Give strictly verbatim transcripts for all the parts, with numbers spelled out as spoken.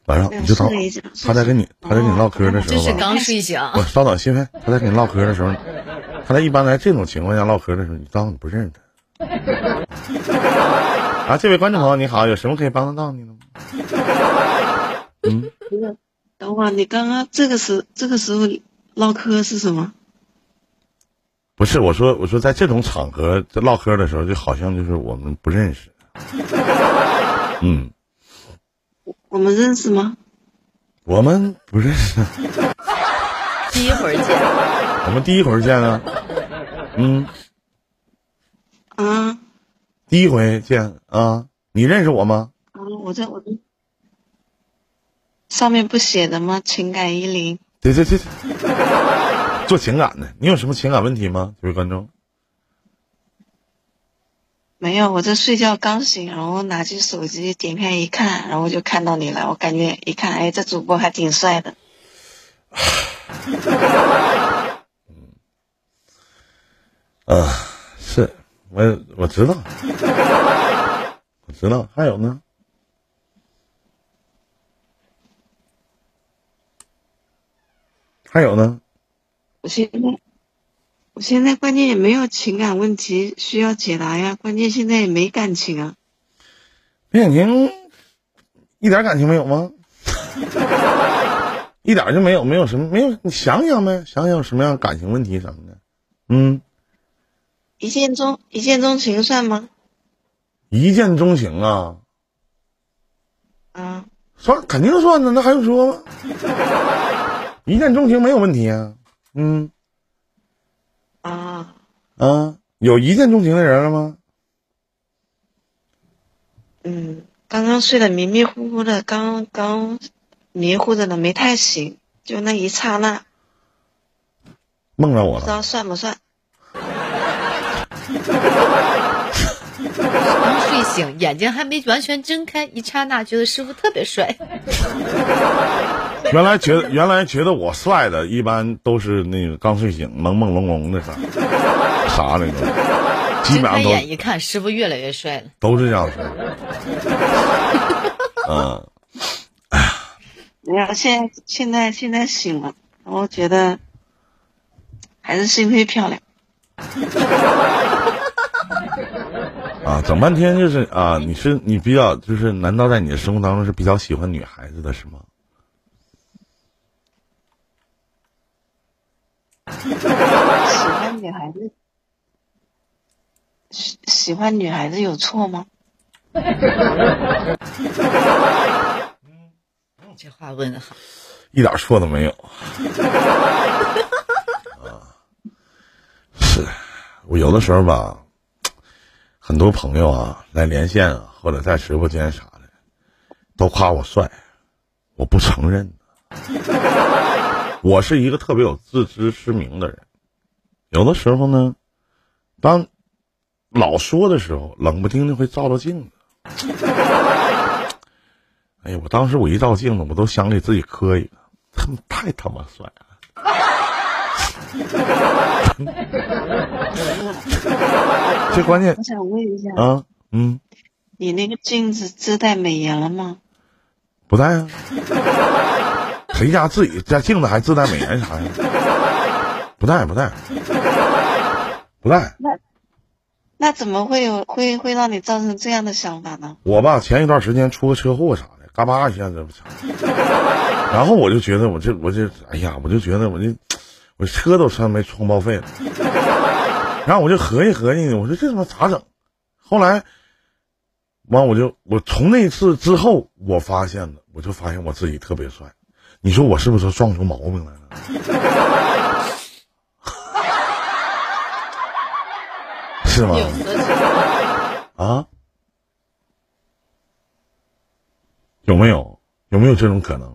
晚上你就当他在跟你他在跟你唠嗑的时候吧， 这是刚睡醒。 我稍等，新飞，他在跟你唠嗑的时候，他在一般在这种情况下唠嗑的时候，你当你不认识他。啊，这位观众朋友你好，有什么可以帮得到你的吗？嗯， 等会儿，你刚刚这个时这个时候唠嗑是什么？ 不是，我说我说在这种场合唠嗑的时候，就好像就是我们不认识。嗯， 我们认识吗？ 我们不认识。 第一会儿见。 我们第一回见啊。嗯。 啊。 第一回见啊，你认识我吗？ 啊，我在我的上面不写的吗？情感一零。 对对对对，做情感的，你有什么情感问题吗？这位观众？ 没有，我在睡觉刚醒，然后拿起手机点开一看，然后就看到你了。我感觉一看，哎，这主播还挺帅的。 嗯，啊，是我我知道，我知道。还有呢？还有呢？ 我现在，我现在关键也没有情感问题需要解答呀，关键现在也没感情啊。 没感情，一点感情没有吗？一点就没有，没有什么，没有。你想想呗，想想有什么样感情问题什么的。嗯， 一见钟一见钟情算吗？ 一见钟情啊？ 啊， 算，肯定算的，那还用说吗？一见钟情没有问题啊。嗯。 啊啊，有一见钟情的人了吗？ 嗯，刚刚睡得迷迷糊糊的，刚刚迷糊着呢，没太醒，就那一刹那。 梦着我了。 不知道算不算？ 刚睡醒，眼睛还没完全睁开，一刹那觉得师傅特别帅。 原来觉得原来觉得我帅的，一般都是那个刚睡醒、朦朦胧胧的啥啥那个，基本上都。 睁开眼一看，师傅越来越帅了。 都是这样式的。嗯，哎呀， 没有，现在现在现在醒了，然后觉得还是心扉漂亮。 啊，整半天就是啊，你是你比较就是，难道在你的生活当中是比较喜欢女孩子的是吗？ 喜欢女孩子，喜喜欢女孩子有错吗？ 这话问的好， 一点错都没有。啊，是我有的时候吧，很多朋友啊来连线啊，或者在直播间啥的，都夸我帅，我不承认。我是一个特别有自知之明的人，有的时候呢，当老说的时候，冷不丁的会照照镜子。哎呀，我当时我一照镜子，我都想给自己磕一个，他们太他妈帅了。这关键， 我想问一下啊，嗯， 你那个镜子自带美颜了吗？ 不带啊。谁家自己家镜子还自带美颜啥呀？不带不带不带。 那那怎么会有会会让你造成这样的想法呢？ 我吧，前一段时间出个车祸啥的，嘎巴一下子不成，然后我就觉得我这我这哎呀，我就觉得我这我车都算没充报废了。然后我就合计合计，我说这他妈咋整？后来完我就我从那次之后，我发现了，我就发现我自己特别帅。你说我是不是撞出毛病来了？是吗？啊？有没有？有没有这种可能？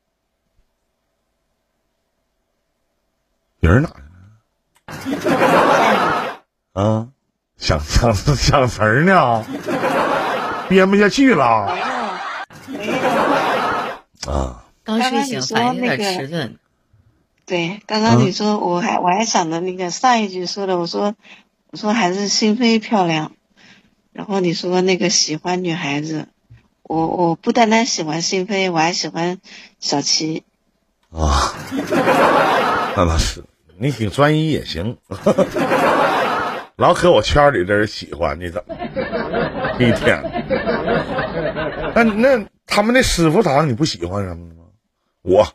人哪去了？啊？想想想词儿呢？编不下去了？ 没有，没有。 啊。 刚睡醒，反应有点迟钝。 对，刚刚你说，我还我还想着那个上一句说的，我说我说还是心扉漂亮，然后你说那个喜欢女孩子， 我我不单单喜欢心扉，我还喜欢小七。 啊，那倒是，你挺专一也行。老可我圈里的人喜欢你怎么？一天，那那他们那师傅啥你不喜欢什么吗？我，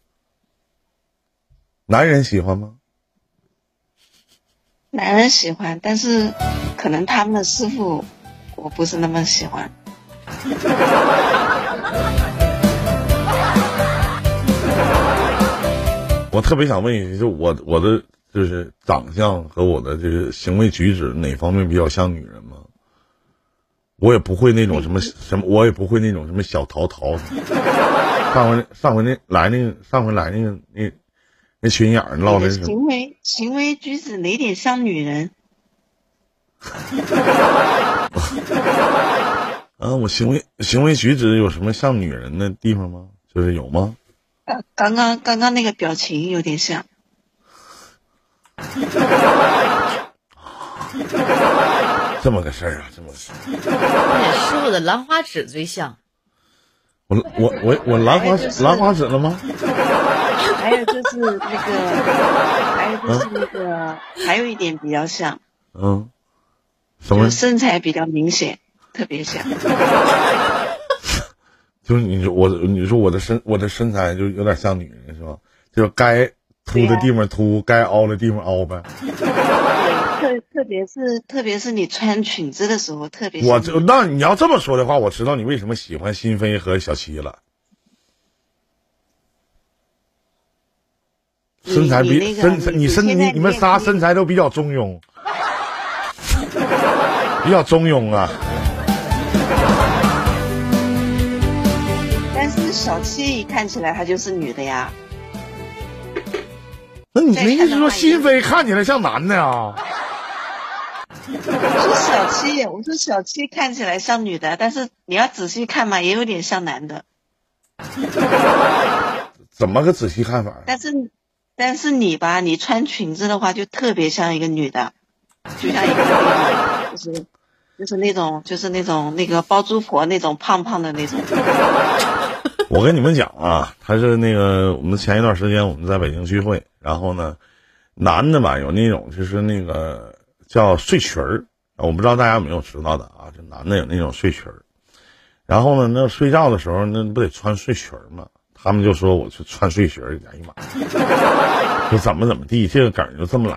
男人喜欢吗？ 男人喜欢，但是可能他们的师傅我不是那么喜欢。 我特别想问一句，就我我的就是长相和我的这个行为举止哪方面比较像女人吗？我也不会那种什么什么，我也不会那种什么小淘淘。上回上回那来那个上回来那个那那群眼儿唠的是行为行为举止哪点像女人？ 啊，我行为行为举止有什么像女人的地方吗？就是有吗？ 刚刚刚刚那个表情有点像。 这么个事儿啊，这么个事儿。 那师傅的兰花指最像。 我我我我兰花兰花指了吗？ 还有就是那个，还有就是那个，还有一点比较像。 嗯。什么？ 就是身材比较明显，特别像。 就是你说我，你说我的身，我的身材就有点像女人是吧？就该凸的地方凸，该凹的地方凹呗。 对，特特别是特别是你穿裙子的时候，特别。 我这那你要这么说的话，我知道你为什么喜欢心扉和小七了。身材比、那个、身材，你身你你们仨身材都比较中庸，比较中庸啊。 但是小七一看起来她就是女的呀。 那你的意思说心扉看起来像男的呀？ 我说小七，我说小七看起来像女的，但是你要仔细看嘛，也有点像男的。 怎么个仔细看法？ 但是，但是你吧，你穿裙子的话，就特别像一个女的，就像一个那种，就是就是那种就是那种那个包租婆那种胖胖的那种。 我跟你们讲啊，他是那个我们前一段时间我们在北京聚会，然后呢，男的吧有那种就是那个叫睡裙儿，我不知道大家有没有知道的啊，这男的有那种睡裙儿，然后呢，那睡觉的时候那不得穿睡裙儿吗？他们就说我去穿睡裙儿，哎呀妈，就怎么怎么地，这个梗就这么来，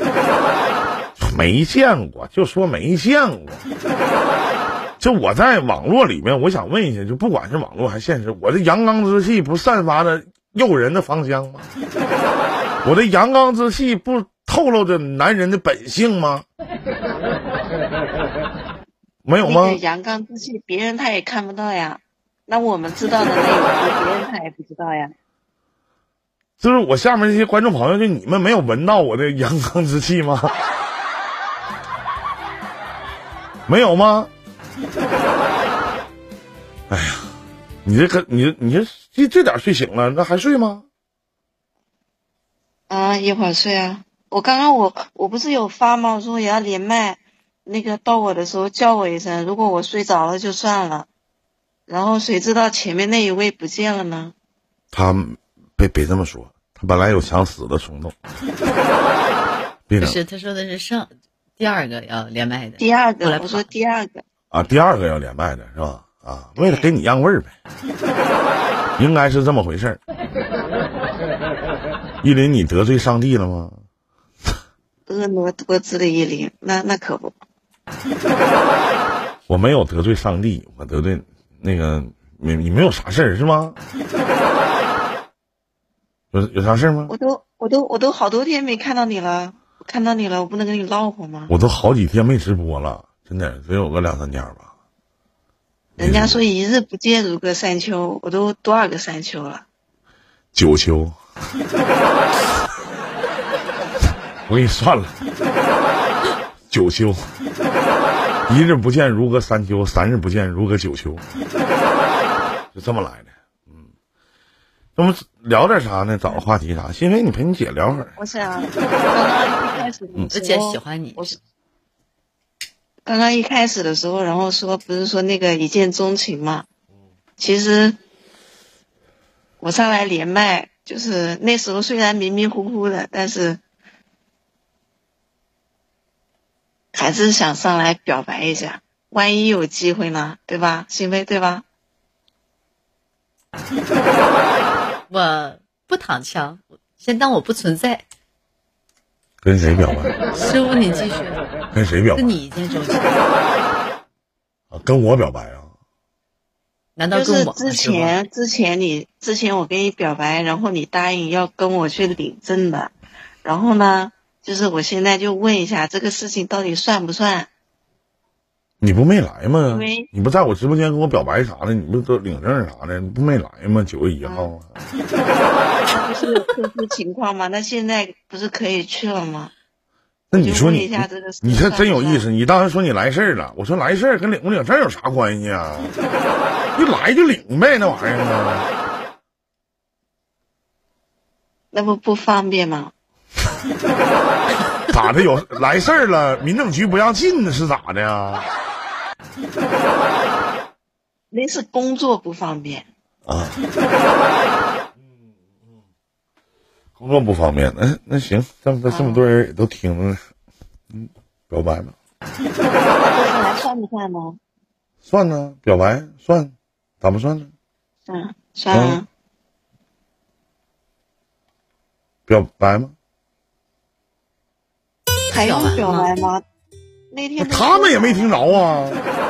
没见过，就说没见过。就我在网络里面，我想问一下，就不管是网络还是现实，我的阳刚之气不散发着诱人的芳香吗？我的阳刚之气不透露着男人的本性吗？没有吗？ 那个阳刚之气，别人他也看不到呀。那我们知道的内容，别人他也不知道呀。 就是我下面这些观众朋友，就你们没有闻到我的阳刚之气吗？没有吗？哎呀，你这个你你这这这点睡醒了，那还睡吗？ 啊，一会儿睡啊。我刚刚我我不是有发吗？我说也要连麦，那个到我的时候叫我一声，如果我睡着了就算了。然后谁知道前面那一位不见了呢？ 他别别这么说，他本来有想死的冲动。 不是，他说的是上第二个要连麦的。 第二个，我说第二个啊，第二个要连麦的是吧？啊，为了给你让位儿呗，应该是这么回事儿。依林，你得罪上帝了吗？ 婀娜多姿的依林，那那可不。 我没有得罪上帝，我得罪那个你你没有啥事儿是吗？有有啥事吗？ 我都我都我都好多天没看到你了，我看到你了，我不能跟你唠会吗？ 我都好几天没直播了，真的得有个两三天吧。 人家说一日不见如隔三秋，我都多少个三秋了？ 九秋。我给你算了，九秋。一日不见如隔三秋，三日不见如隔九秋，就这么来的。嗯，那么聊点啥呢？找个话题啥？心扉，你陪你姐聊会儿。 我想，刚刚一开始， 我姐喜欢你。 我是刚刚一开始的时候，然后说不是说那个一见钟情嘛？ 其实我上来连麦，就是那时候虽然迷迷糊糊的，但是还是想上来表白一下，万一有机会呢，对吧？心飞对吧？ 我不躺枪，先当我不存在。 跟谁表白？ 师傅，你继续。 跟谁表白？ 跟你一见钟情。 啊，跟我表白啊？ 难道就是跟我？ 之前之前你之前我跟你表白，然后你答应要跟我去领证的，然后呢，就是我现在就问一下这个事情到底算不算？ 你不没来吗因为？ 你不在我直播间跟我表白啥的？你不都领证啥的？你不没来吗？九月一号啊。 那不是有特殊情况吗？那现在不是可以去了吗？ 那你说你一下这个你这真有意思。你当时说你来事儿了，我说来事儿跟领不领证有啥关系啊？一来就领呗，那玩意儿啊。 那不不方便吗？ 咋的？有来事儿了，民政局不让进是咋的呀？ 那是工作不方便啊。工作不方便，那那行，这么这么多人也都听着，嗯，表白吧。 那这次还算不算呢？ 算呢，表白算，咋不算呢？ 算算啊。 嗯、表白吗？ 还用表白吗？那天他们也没听着啊。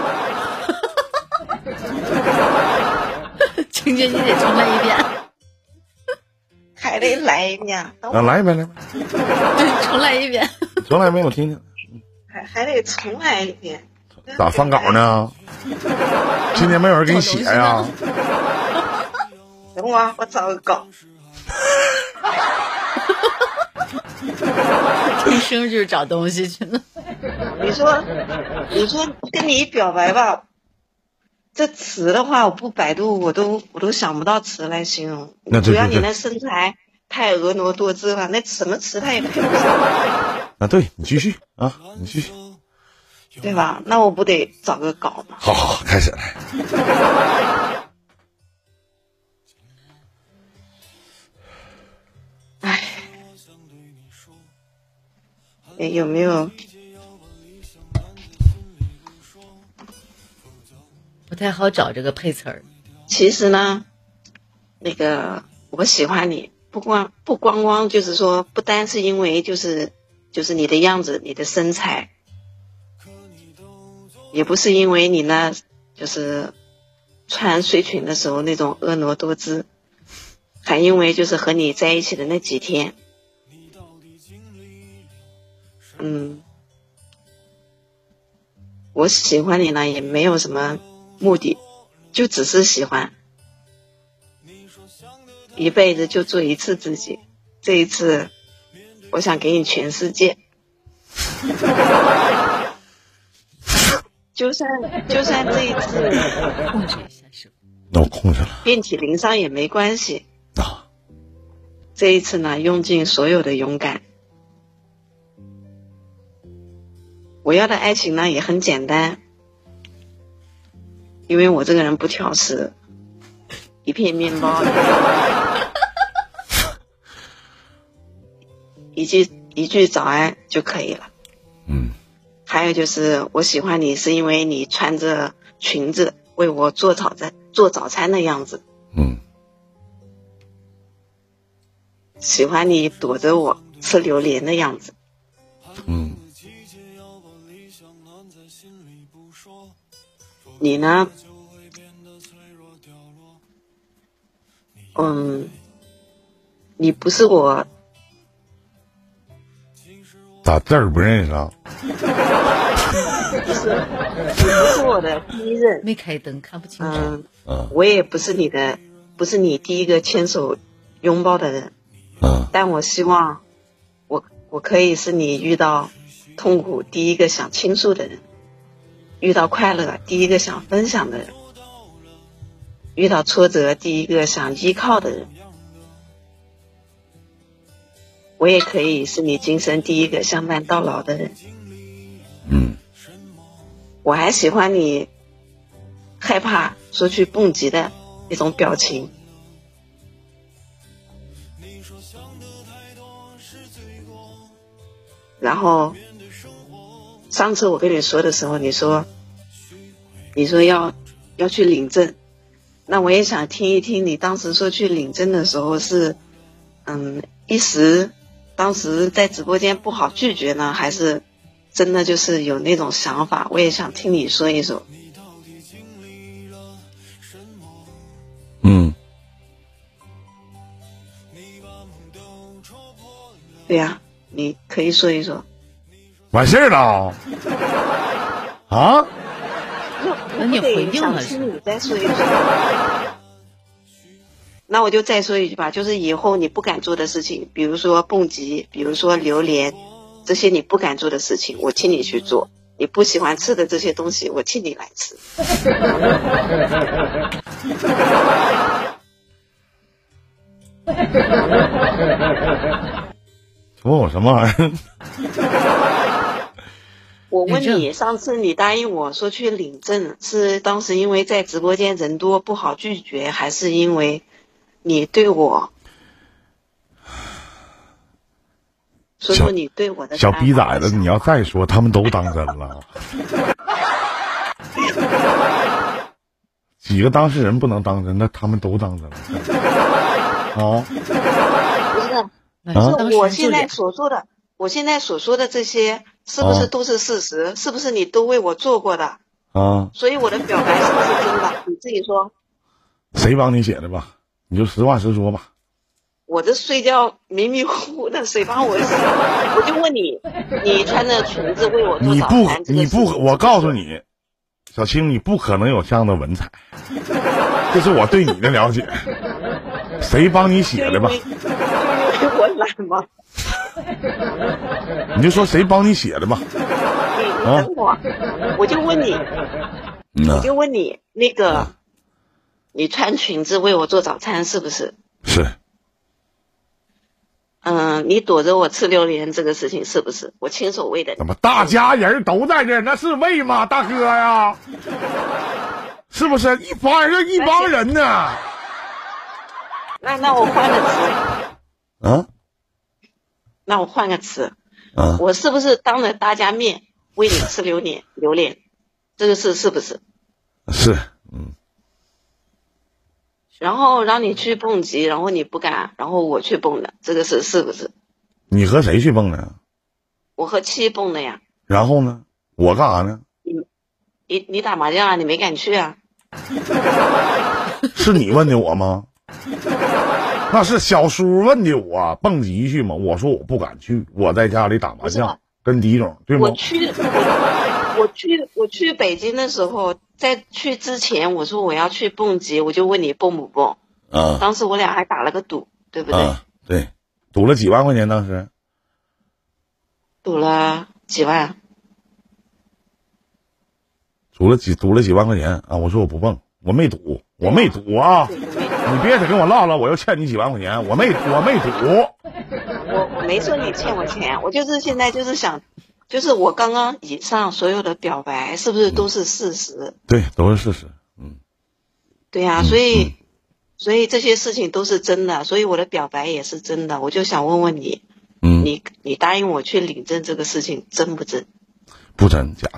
晴姐，你得重来一遍。 还得来一遍。 啊，来一遍，来一遍。 对，重来一遍。 重来一遍，我听听。 还还得重来一遍。 咋翻稿呢？今天没有人给你写呀？ 等会儿我找个稿。 一生就是找东西去了。 你说，你说跟你表白吧，这词的话，我不百度我都我都想不到词来形容。 那主要你那身材太婀娜多姿了，那什么词他也配不上。 啊，对你继续啊，你继续， 对吧？那我不得找个稿吗？ 好好好，开始来。 哎。哎，有没有？ 不太好找这个配词儿。 其实呢，那个我喜欢你，不光不光光就是说，不单是因为就是就是你的样子、你的身材，也不是因为你那就是穿睡裙的时候那种婀娜多姿，还因为就是和你在一起的那几天。嗯，我喜欢你呢，也没有什么目的，就只是喜欢。一辈子就做一次自己，这一次，我想给你全世界。就算就算这一次控制一下是吧？ 那我控制了。 遍体鳞伤也没关系。 啊， 这一次呢，用尽所有的勇敢。我要的爱情呢也很简单，因为我这个人不挑食，一片面包，一句一句早安就可以了。 嗯。 还有就是我喜欢你是因为你穿着裙子为我做早餐做早餐的样子。 嗯。 喜欢你躲着我吃榴莲的样子。 嗯。 你呢？嗯，你不是我。 咋字儿不认识啊？ 不是，你不是我的第一任。 没开灯，看不清楚。 嗯， 嗯， 我也不是你的，不是你第一个牵手拥抱的人。 嗯， 但我希望，我我可以是你遇到痛苦第一个想倾诉的人。遇到快乐第一个想分享的人，遇到挫折第一个想依靠的人，我也可以是你今生第一个相伴到老的人。 嗯， 我还喜欢你害怕说去蹦极的那种表情。然后上次我跟你说的时候，你说你说要要去领证，那我也想听一听你当时说去领证的时候是嗯一时当时在直播间不好拒绝呢，还是真的就是有那种想法？我也想听你说一说。 嗯， 对呀、啊，你可以说一说。 完事儿了啊？ 等你回应了是你再说一句。那我就再说一句吧，就是以后你不敢做的事情，比如说蹦极，比如说榴莲，这些你不敢做的事情，我替你去做。你不喜欢吃的这些东西，我替你来吃。 问我什么玩意儿？ 我问你，上次你答应我说去领证，是当时因为在直播间人多不好拒绝，还是因为你对我说说你对我的小逼崽子？你要再说，他们都当真了。几个当事人不能当真，那他们都当真了。啊？ 不是， 啊？ 是我现在所说的，我现在所说的这些，是不是都是事实？啊、是不是你都为我做过的？ 啊？ 所以我的表白是不是真的？你自己说。 谁帮你写的吧？你就实话实说吧。 我这睡觉迷迷糊糊的，谁帮我写？我就问你，你穿着裙子为我做早餐， 你不，你不，我告诉你，小青，你不可能有这样的文采，这是我对你的了解。谁帮你写的吧？ 因为我懒吗？ 你就说谁帮你写的吧。 你你等会儿，啊、我就问你， 嗯、 我就问你，那个、嗯、你穿裙子为我做早餐是不是？ 是。 嗯，你躲着我吃榴莲这个事情是不是我亲手喂的？ 怎么大家人都在这儿，那是喂吗，大哥呀？是不是一帮人一帮人呢？ 那那我换个词。 啊？ 那我换个词。 啊？ 我是不是当着大家面喂你吃榴莲？榴莲，这个事是不是？ 是，嗯。 然后让你去蹦极，然后你不敢，然后我去蹦的，这个事是不是？ 你和谁去蹦的？ 我和七蹦的呀。 然后呢？我干啥呢？ 你你你打麻将啊？你没敢去啊？ 是你问的我吗？那是小叔问的我蹦极去吗？我说我不敢去，我在家里打麻将跟狄总，对吗？ 我去我我去我去北京的时候，在去之前我说我要去蹦极，我就问你蹦不蹦。 啊， 当时我俩还打了个赌，对不对？ 啊，对，赌了几万块钱，当时赌了几万， 赌了几赌了几万块钱啊！我说我不蹦，我没赌，我没赌啊！你别再跟我唠了，我又欠你几万块钱，我没我没赌。 我我没说你欠我钱，我就是现在就是想，就是我刚刚以上所有的表白是不是都是事实？ 嗯、对，都是事实。嗯， 对呀、啊嗯，所以、嗯、所以这些事情都是真的，所以我的表白也是真的。我就想问问你， 嗯， 你你答应我去领证这个事情真不真？ 不真，假的。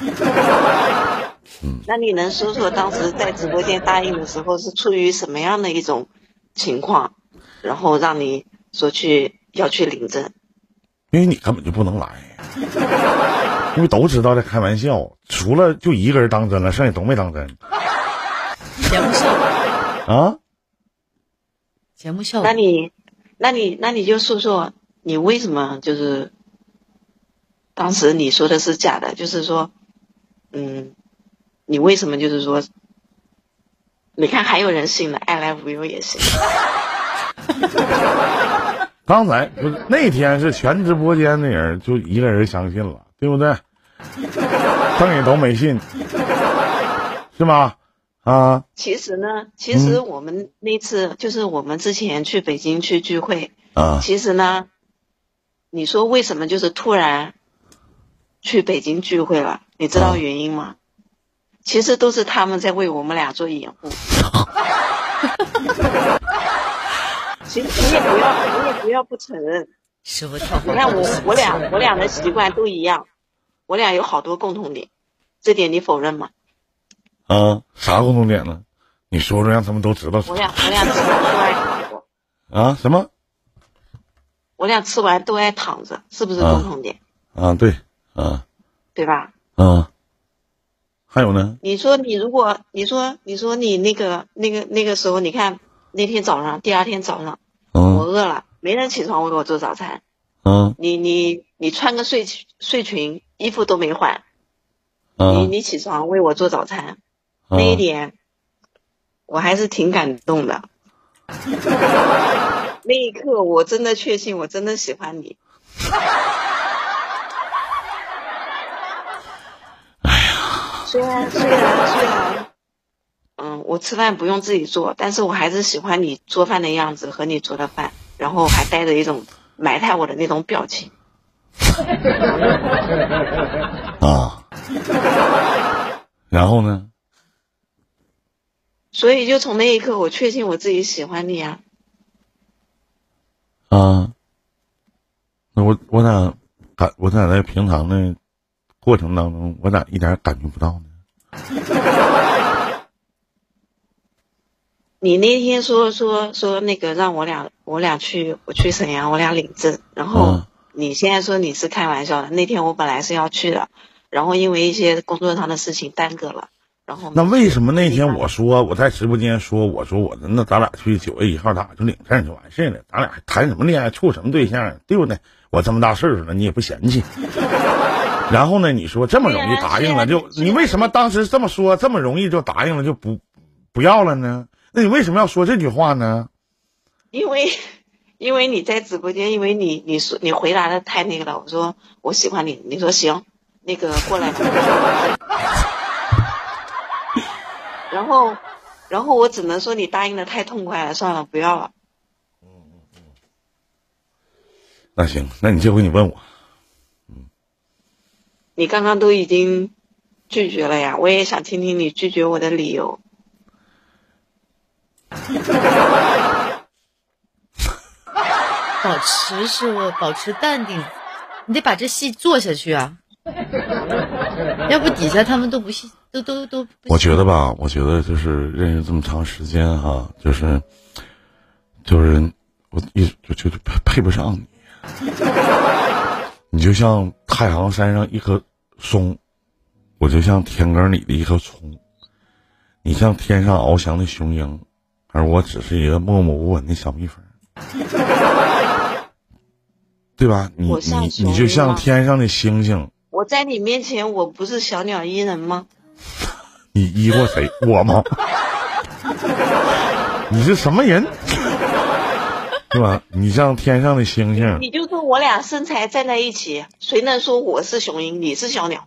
嗯，那你能说说当时在直播间答应的时候是出于什么样的一种情况，然后让你说去要去领证？ 因为你根本就不能来，因为都知道在开玩笑，除了就一个人当真了，剩下都没当真。 节目效果啊？ 节目效果？ 那你，那你，那你就说说你为什么就是当时你说的是假的，就是说，嗯。你为什么就是说，你看还有人信了，爱来无忧也信。 刚才就那天是全直播间的人就一个人相信了，对不对？剩下都没信，是吗？啊？ 其实呢，其实我们那次、嗯、就是我们之前去北京去聚会啊。 其实呢，你说为什么就是突然去北京聚会了？你知道原因吗？啊其实都是他们在为我们俩做掩护。其实你也不要，你也不要不承认。 师傅跳你看我我俩我俩的习惯都一样，我俩有好多共同点，这点你否认吗？ 啊，啥共同点呢？你说说让他们都知道。 我俩我俩吃完都爱躺着。 啊？什么？ 我俩吃完都爱躺着，是不是共同点？ 啊，啊对，啊， 对吧？ 啊，还有呢？ 你说你如果你说你说你那个那个那个时候，你看那天早上，第二天早上， 嗯， 我饿了，没人起床为我做早餐。 嗯， 你你你穿个睡睡裙，衣服都没换， 嗯， 你你起床为我做早餐， 嗯、 那一点我还是挺感动的。那一刻我真的确信，我真的喜欢你。 哎呀， 虽然虽然虽然，嗯，我吃饭不用自己做，但是我还是喜欢你做饭的样子和你做的饭，然后还带着一种埋汰我的那种表情。 啊，然后呢？ 所以就从那一刻，我确信我自己喜欢你啊。 啊，那我我咋感我咋在平常的过程当中，我咋一点感觉不到呢？ 你那天说说说那个让我俩我俩去我去沈阳，我俩领证，然后你现在说你是开玩笑的。那天我本来是要去的，然后因为一些工作上的事情耽搁了。然后那为什么那天我说我在直播间说我说我那咱俩去九月一号咱俩就领证就完事了，咱俩还谈什么恋爱处什么对象，对不对？我这么大岁数了你也不嫌弃。然后呢你说这么容易答应了，就你为什么当时这么说这么容易就答应了就不不要了呢？那你为什么要说这句话呢？ 因为因为你在直播间，因为你你说你回答的太那个了，我说我喜欢你，你说行，那个过来吧。然后，然后我只能说你答应的太痛快了，算了，不要了。 嗯嗯嗯。那行，那你这回你问我。 嗯。你刚刚都已经拒绝了呀，我也想听听你拒绝我的理由。 保持是我保持淡定，你得把这戏做下去啊。要不底下他们都不信，都都都。 我觉得吧，我觉得就是认识这么长时间哈，就是就是我一就就配配不上你，你就像太行山上一棵松，我就像田埂里的一棵葱，你像天上翱翔的雄鹰，而我只是一个默默无闻的小蜜蜂，对吧？你你你就像天上的星星。 我在你面前，我不是小鸟依人吗？ 你依过谁？我吗？你是什么人？是吧？你像天上的星星。 你就说我俩身材站在一起，谁能说我是雄鹰，你是小鸟？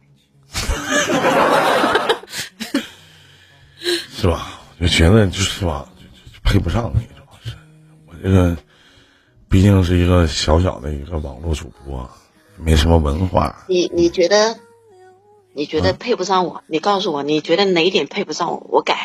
是吧？我就觉得就是吧，就就配不上你，主要是我这个毕竟是一个小小的一个网络主播。没什么文化， 你你觉得，你觉得配不上我？嗯、你告诉我，你觉得哪一点配不上我？我改。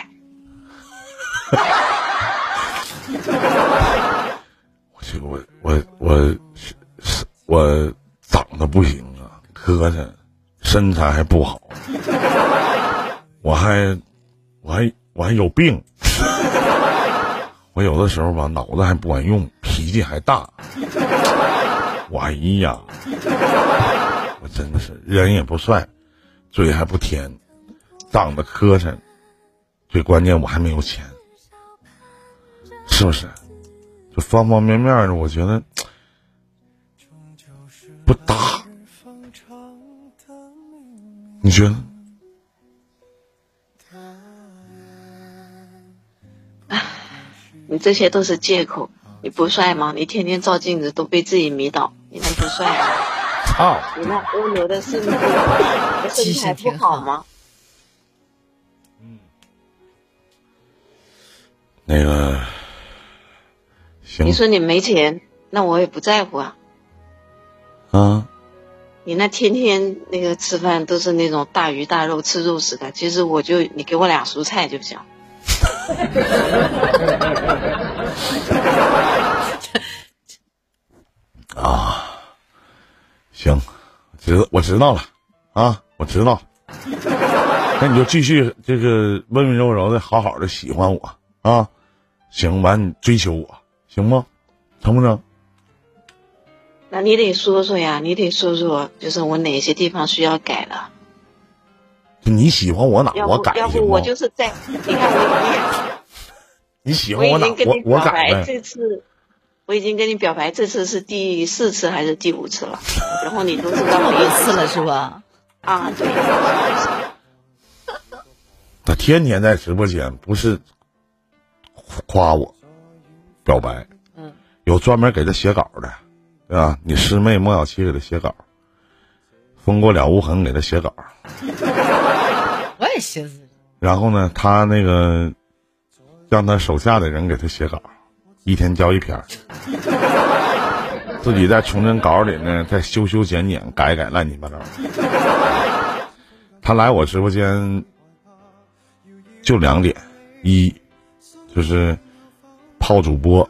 我去，我我我我长得不行啊，磕碜，身材还不好，我还我还我还有病，我有的时候吧脑子还不管用，脾气还大。我哎呀，我真的是人也不帅，嘴还不甜，长得磕碜，最关键我还没有钱，是不是？就方方面面的，我觉得不搭。你觉得？ 你这些都是借口。你不帅吗？你天天照镜子都被自己迷倒，你能不帅吗？ 操！ 你那欧流的身体身材不好吗？ 嗯，那个，行。 你说你没钱，那我也不在乎啊。 啊？ 你那天天那个吃饭都是那种大鱼大肉吃肉食的，其实我就你给我俩蔬菜就行。 啊，行，知我知道了啊，我知道了。那你就继续这个温温柔柔的，好好的喜欢我啊，行，完你追求我，行吗？成不成？ 那你得说说呀，你得说说，就是我哪些地方需要改了。 就你喜欢我哪，我改要不我就是在，你看我已经，你喜欢我哪， 我我改呗。 这次我已经跟你表白，这次是第四次还是第五次了？然后你都知道这么多次了是吧？ 啊，对。 他天天在直播间，不是夸我表白， 嗯，有专门给他写稿的，对吧？你师妹莫小七给他写稿，风过了无痕给他写稿。 我也寻思。 然后呢，他那个让他手下的人给他写稿，一天交一篇，自己在重新稿里呢再修修剪剪，改改乱七八糟。他来我直播间就两点，一就是泡主播，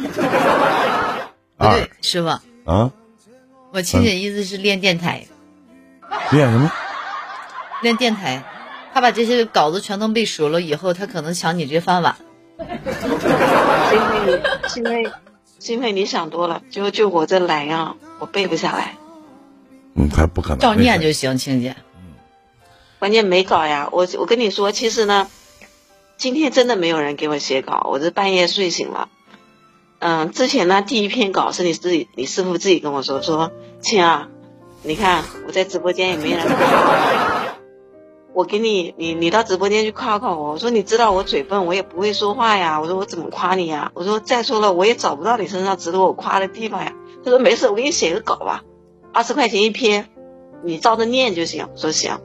不对，师傅啊， 我亲姐意思是练电台。 练什么？ 练电台。他把这些稿子全都背熟了以后，他可能抢你这饭碗。 幸亏你，幸亏，幸亏你想多了，就就我这懒样，我背不下来。 嗯，他不可能。 照念就行，亲姐。 关键没稿呀，我我跟你说，其实呢，今天真的没有人给我写稿，我这半夜睡醒了。嗯，之前呢，第一篇稿是你自己，你师傅自己跟我说说，亲啊，你看我在直播间也没人夸我，给你，你你到直播间去夸夸我。我说你知道我嘴笨，我也不会说话呀。我说我怎么夸你呀？我说再说了，我也找不到你身上值得我夸的地方呀。他说没事，我给你写个稿吧，二十块钱一篇，你照着念就行。我说行。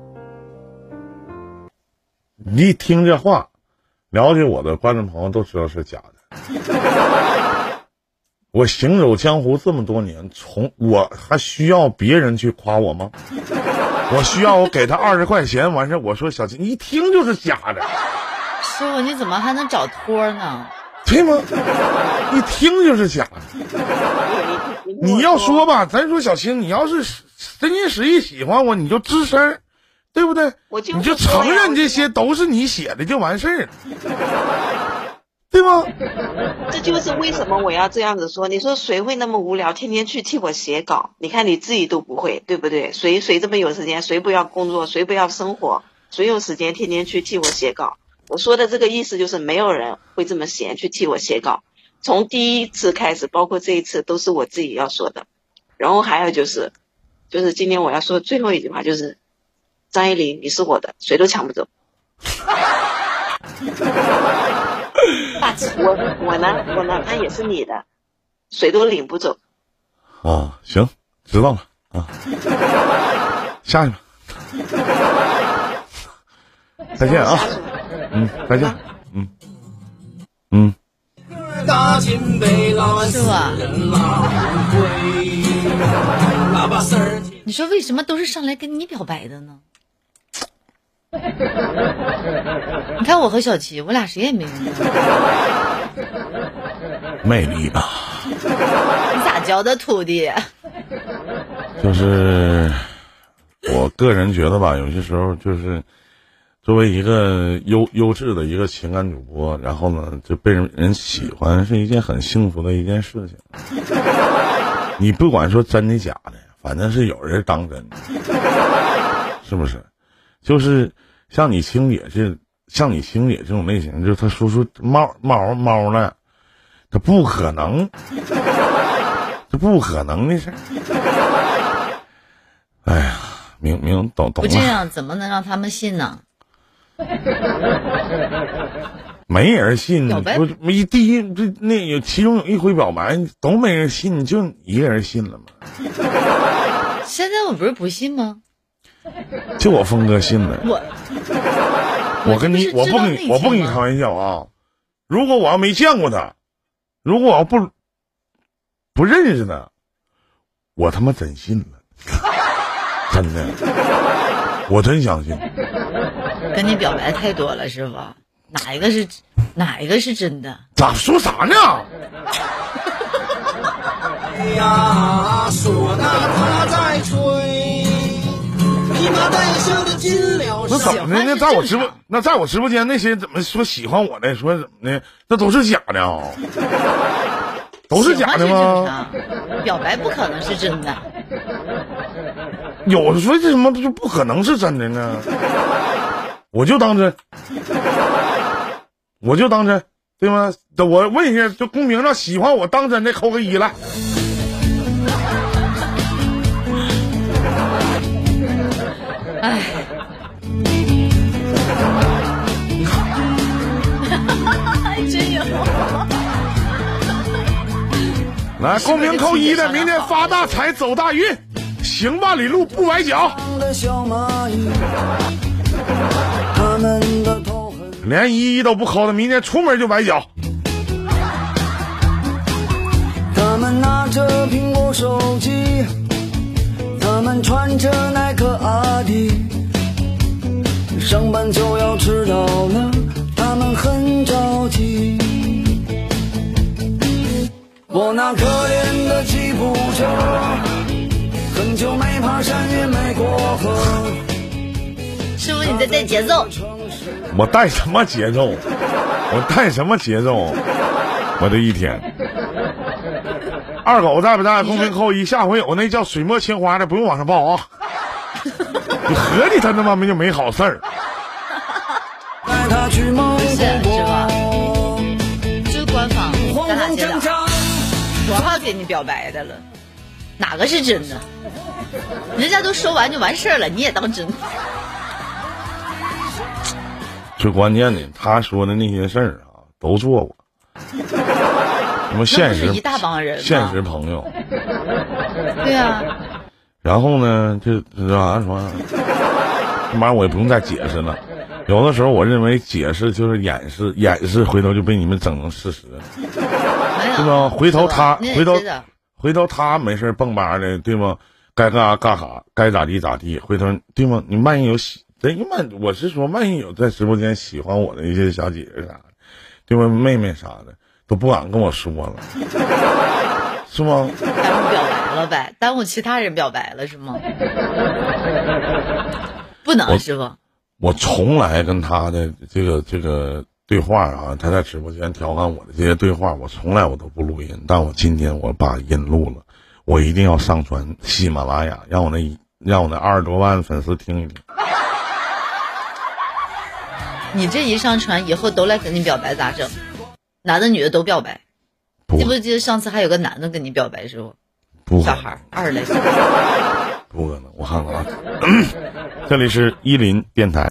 你一听这话，了解我的观众朋友都知道是假的。我行走江湖这么多年，从我还需要别人去夸我吗？我需要我给他二十块钱，完事我说小金，一听就是假的。 师傅，你怎么还能找托呢？ 对吗？一听就是假的。你要说吧，咱说小青，你要是真心实意喜欢我，你就吱声，对不对？ 我就你就承认这些都是你写的就完事儿了，对吗？ 这就是为什么我要这样子说。你说谁会那么无聊，天天去替我写稿？你看你自己都不会，对不对？谁谁这么有时间？谁不要工作？谁不要生活？谁有时间天天去替我写稿？我说的这个意思就是没有人会这么闲去替我写稿。从第一次开始，包括这一次，都是我自己要说的。然后还有就是，就是今天我要说最后一句话，就是张一林，你是我的，谁都抢不走。我我呢，我呢，他也是你的，谁都领不走。 啊，行，知道了啊。下去吧。再见啊。嗯，再见。嗯嗯。 是吧？你说为什么都是上来跟你表白的呢？你看我和小琪，我俩谁也没人。 魅力吧。 你咋教的徒弟？ 就是我个人觉得吧，有些时候就是作为一个优优质的一个情感主播，然后呢就被人人喜欢，是一件很幸福的一件事情。你不管说真的假的，反正是有人当真，是不是？就是像你青姐是像你青姐这种类型，就是他说出猫猫猫了，他不可能，这不可能的事儿。哎呀，明明懂懂了。 不这样怎么能让他们信呢？ 没人信，不一第一这那有其中有一回表白都没人信，就你一个人信了吗？ 现在我不是不信吗？ 就我峰哥信了。 我我跟你我不跟你我不跟你开玩笑啊！如果我要没见过他，如果我要不不认识他，我他妈真信了。 真的，我真相信。 跟你表白太多了是吧？哪一个是哪一个是真的？ 咋说啥呢？ 哎呀，唢呐它在吹，披麻戴孝的进了那怎么的？那在我直播，那在我直播间那些怎么说喜欢我的，说怎么的？那都是假的啊，都是假的吗？ 表白不可能是真的。 有说这什么就不可能是真的呢？我就当真，我就当真，对吗？我问一下，就公屏上喜欢我当真的扣个一来。 哎，真有。 来，公屏扣一的，明天发大财，走大运，行万里路不崴脚。连一一都不扣的，明天出门就崴脚。 他们拿着苹果手机，他们穿着耐克阿迪，上班就要迟到了，他们很着急。我那可怜的吉普车，很久没爬山也没过河。 师傅，你在带节奏。 我带什么节奏？我带什么节奏？我的一天。二狗在不在？公屏扣一。下回有那叫水墨青花的，不用往上报啊！你合计他他妈没就没好事儿。 带他去蒙古是吧？这官方咱俩这俩多少给你表白的了，哪个是真的？人家都说完就完事儿了，你也当真？ 最关键的，他说的那些事儿啊，都做过。什么现实一大帮人， 现实朋友。 对啊。 然后呢，这这啥说？这玩意儿我也不用再解释了。有的时候我认为解释就是掩饰，掩饰回头就被你们整成事实了，对吧？回头他回头回头他没事蹦吧的，对吗？该干啥干啥，该咋地咋地。回头对吗？你万一有喜，哎万我是说，万一有在直播间喜欢我的一些小姐姐啥的，对吧？妹妹啥的都不敢跟我说了，是吗？ 耽误表白了呗？耽误其他人表白了是吗？不能是吧？ 我从来跟他的这个这个对话啊，他在直播间调侃我的这些对话，我从来我都不录音，但我今天我把音录了，我一定要上传喜马拉雅，让我那让我那二十多万粉丝听一听。 你这一上传以后都来跟你表白咋整？男的女的都表白？记不记得上次还有个男的跟你表白是不？ 不小孩二类。 不可能，我看看啊，这里是伊林电台。